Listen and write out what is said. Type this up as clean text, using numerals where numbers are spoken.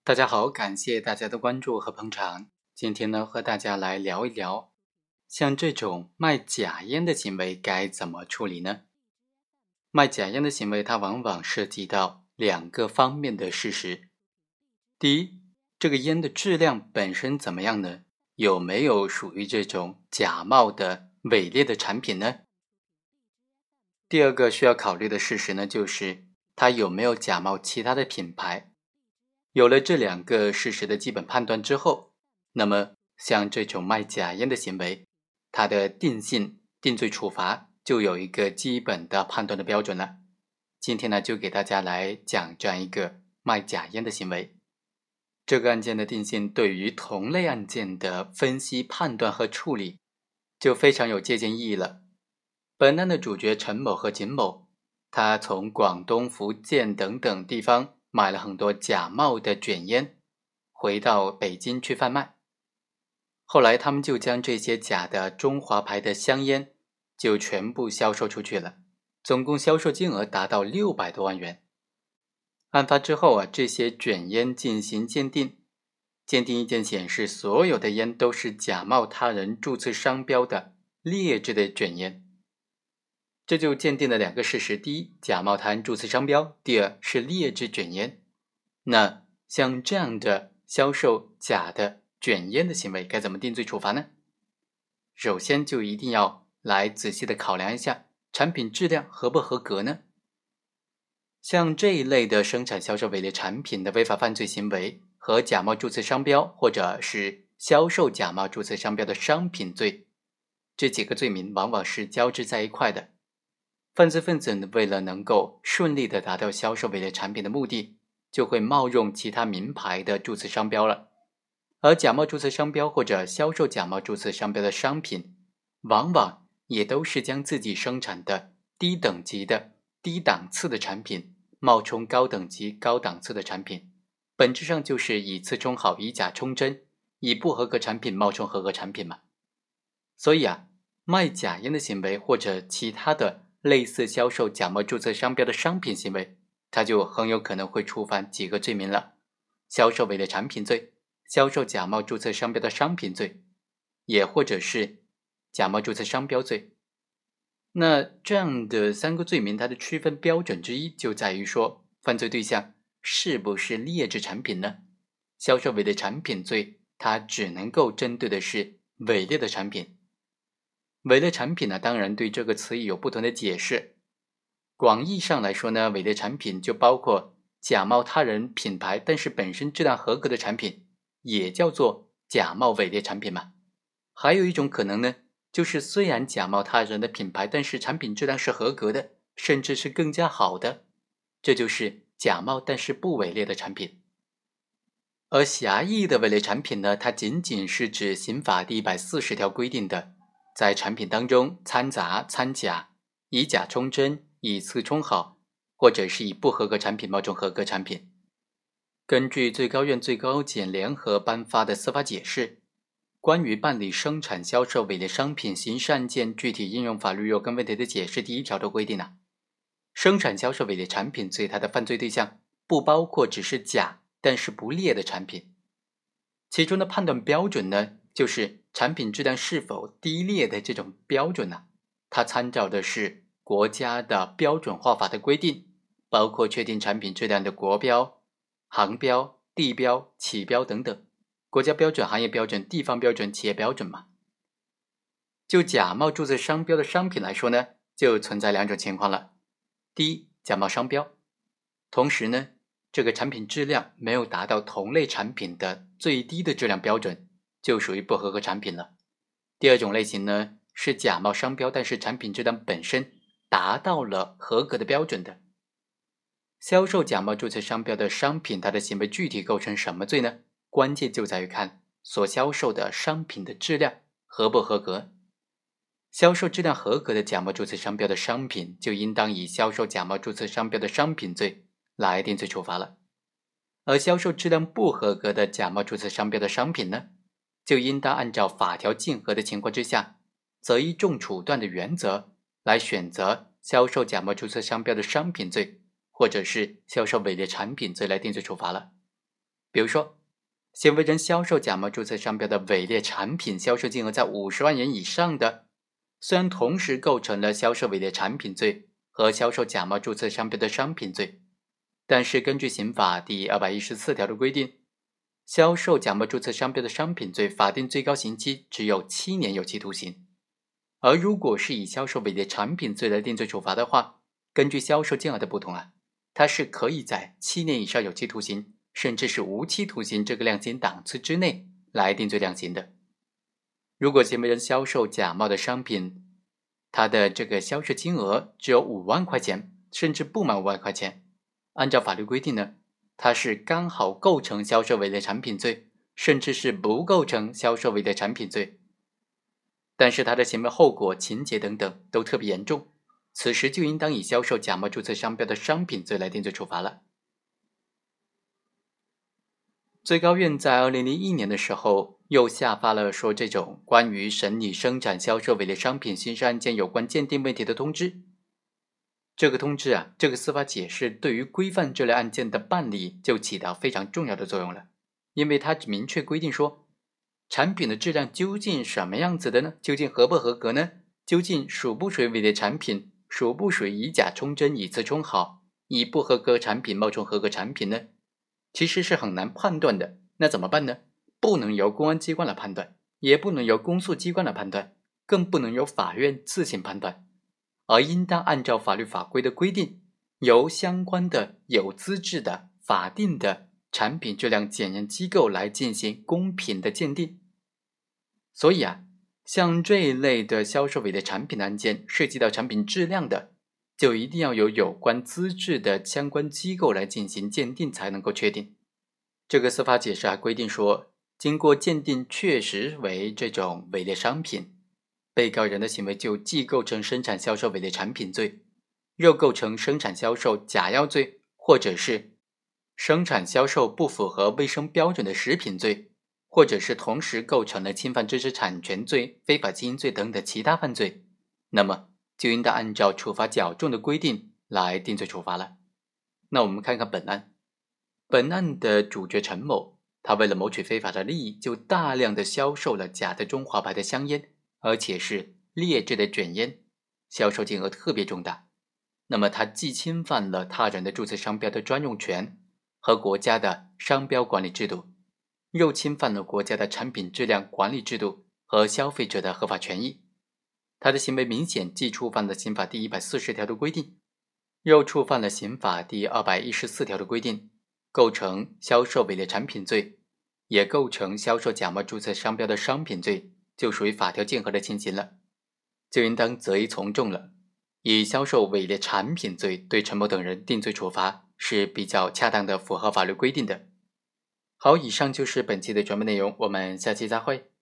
大家好，感谢大家的关注和捧场。今天呢，和大家来聊一聊，像这种卖假烟的行为该怎么处理呢？卖假烟的行为，它往往涉及到两个方面的事实。第一，这个烟的质量本身怎么样呢？有没有属于这种假冒的伪劣的产品呢？第二个需要考虑的事实呢，就是它有没有假冒其他的品牌。有了这两个事实的基本判断之后，那么像这种卖假烟的行为，它的定性、定罪处罚就有一个基本的判断的标准了。今天呢，就给大家来讲这样一个卖假烟的行为。这个案件的定性对于同类案件的分析、判断和处理就非常有借鉴意义了。本案的主角陈某和景某，他从广东、福建等等地方买了很多假冒的卷烟，回到北京去贩卖。后来他们就将这些假的中华牌的香烟就全部销售出去了，总共销售金额达到600多万元。案发之后这些卷烟进行鉴定，鉴定意见显示，所有的烟都是假冒他人注册商标的劣质的卷烟。这就鉴定了两个事实：第一，假冒他人注册商标；第二，是劣质卷烟。那像这样的销售假的卷烟的行为，该怎么定罪处罚呢？首先就一定要来仔细的考量一下产品质量合不合格呢？像这一类的生产销售伪劣产品的违法犯罪行为和假冒注册商标或者是销售假冒注册商标的商品罪，这几个罪名往往是交织在一块的。犯罪分子为了能够顺利的达到销售伪劣产品的目的，就会冒用其他名牌的注册商标了。而假冒注册商标或者销售假冒注册商标的商品，往往也都是将自己生产的低等级的低档次的产品冒充高等级高档次的产品，本质上就是以次充好，以假充真，以不合格产品冒充合格产品嘛。所以卖假烟的行为或者其他的类似销售假冒注册商标的商品行为，它就很有可能会触犯几个罪名了：销售伪劣产品罪、销售假冒注册商标的商品罪，也或者是假冒注册商标罪。那这样的三个罪名，它的区分标准之一就在于说，犯罪对象是不是劣质产品呢？销售伪劣产品罪，它只能够针对的是伪劣的产品。伪劣产品呢，当然对这个词语有不同的解释。广义上来说呢，伪劣产品就包括假冒他人品牌但是本身质量合格的产品，也叫做假冒伪劣产品嘛。还有一种可能呢，就是虽然假冒他人的品牌，但是产品质量是合格的，甚至是更加好的，这就是假冒但是不伪劣的产品。而狭义的伪劣产品呢，它仅仅是指刑法第140条规定的，在产品当中掺杂、掺假、以假充真、以次充好，或者是以不合格产品冒充合格产品。根据最高院、最高检联合颁发的司法解释，关于办理生产销售伪劣商品刑事案件具体应用法律若干问题的解释第1条都规定生产销售伪劣产品罪，它的犯罪对象不包括只是假但是不劣的产品。其中的判断标准呢，就是产品质量是否低劣的这种标准它参照的是国家的标准化法的规定，包括确定产品质量的国标、行标、地标、企标等等，国家标准、行业标准、地方标准、企业标准嘛。就假冒注册商标的商品来说呢，就存在两种情况了。第一，假冒商标，同时呢，这个产品质量没有达到同类产品的最低的质量标准，就属于不合格产品了。第二种类型呢，是假冒商标，但是产品质量本身达到了合格的标准的。销售假冒注册商标的商品，它的行为具体构成什么罪呢？关键就在于看所销售的商品的质量合不合格。销售质量合格的假冒注册商标的商品，就应当以销售假冒注册商标的商品罪来定罪处罚了。而销售质量不合格的假冒注册商标的商品呢，就应当按照法条竞合的情况之下，择一重处断的原则来选择销售假冒注册商标的商品罪，或者是销售伪劣产品罪来定罪处罚了。 比如说，行为人销售假冒注册商标的伪劣产品，销售金额在50万元以上的，虽然同时构成了销售伪劣产品罪和销售假冒注册商标的商品罪，但是根据刑法第214条的规定，销售假冒注册商标的商品罪法定最高刑期只有7年有期徒刑，而如果是以销售伪劣产品罪来定罪处罚的话，根据销售金额的不同它是可以在7年以上有期徒刑，甚至是无期徒刑这个量刑档次之内来定罪量刑的。如果行为人销售假冒的商品，它的这个销售金额只有5万块钱，甚至不满5万块钱，按照法律规定呢，它是刚好构成销售伪劣产品罪，甚至是不构成销售伪劣产品罪。但是它的行为后果、情节等等都特别严重，此时就应当以销售假冒注册商标的商品罪来定罪处罚了。最高院在2001年的时候又下发了说这种关于审理生产销售伪劣商品刑事案件有关鉴定问题的通知。这个通知这个司法解释对于规范这类案件的办理就起到非常重要的作用了，因为它明确规定说，产品的质量究竟什么样子的呢？究竟合不合格呢？究竟属不属于伪劣产品？属不属于以假充真、以次充好、以不合格产品冒充合格产品呢？其实是很难判断的。那怎么办呢？不能由公安机关来判断，也不能由公诉机关来判断，更不能由法院自行判断，而应当按照法律法规的规定，由相关的有资质的法定的产品质量检验机构来进行公平的鉴定。所以像这一类的销售伪劣产品的案件，涉及到产品质量的，就一定要由有关资质的相关机构来进行鉴定才能够确定。这个司法解释还规定说，经过鉴定确实为这种伪劣商品，被告人的行为就既构成生产销售伪劣产品罪，又构成生产销售假药罪，或者是生产销售不符合卫生标准的食品罪，或者是同时构成了侵犯知识产权罪、非法经营罪等等其他犯罪，那么就应当按照处罚较重的规定来定罪处罚了。那我们看看本案的主角陈某，他为了谋取非法的利益，就大量的销售了假的中华牌的香烟，而且是劣质的卷烟，销售金额特别重大。那么他既侵犯了他人的注册商标的专用权和国家的商标管理制度，又侵犯了国家的产品质量管理制度和消费者的合法权益。他的行为明显既触犯了刑法第140条的规定，又触犯了刑法第214条的规定，构成销售伪劣产品罪，也构成销售假冒注册商标的商品罪，就属于法条竞合的情形了，就应当择一从重了，以销售伪劣产品罪对陈某等人定罪处罚是比较恰当的，符合法律规定的。好，以上就是本期的全部内容，我们下期再会。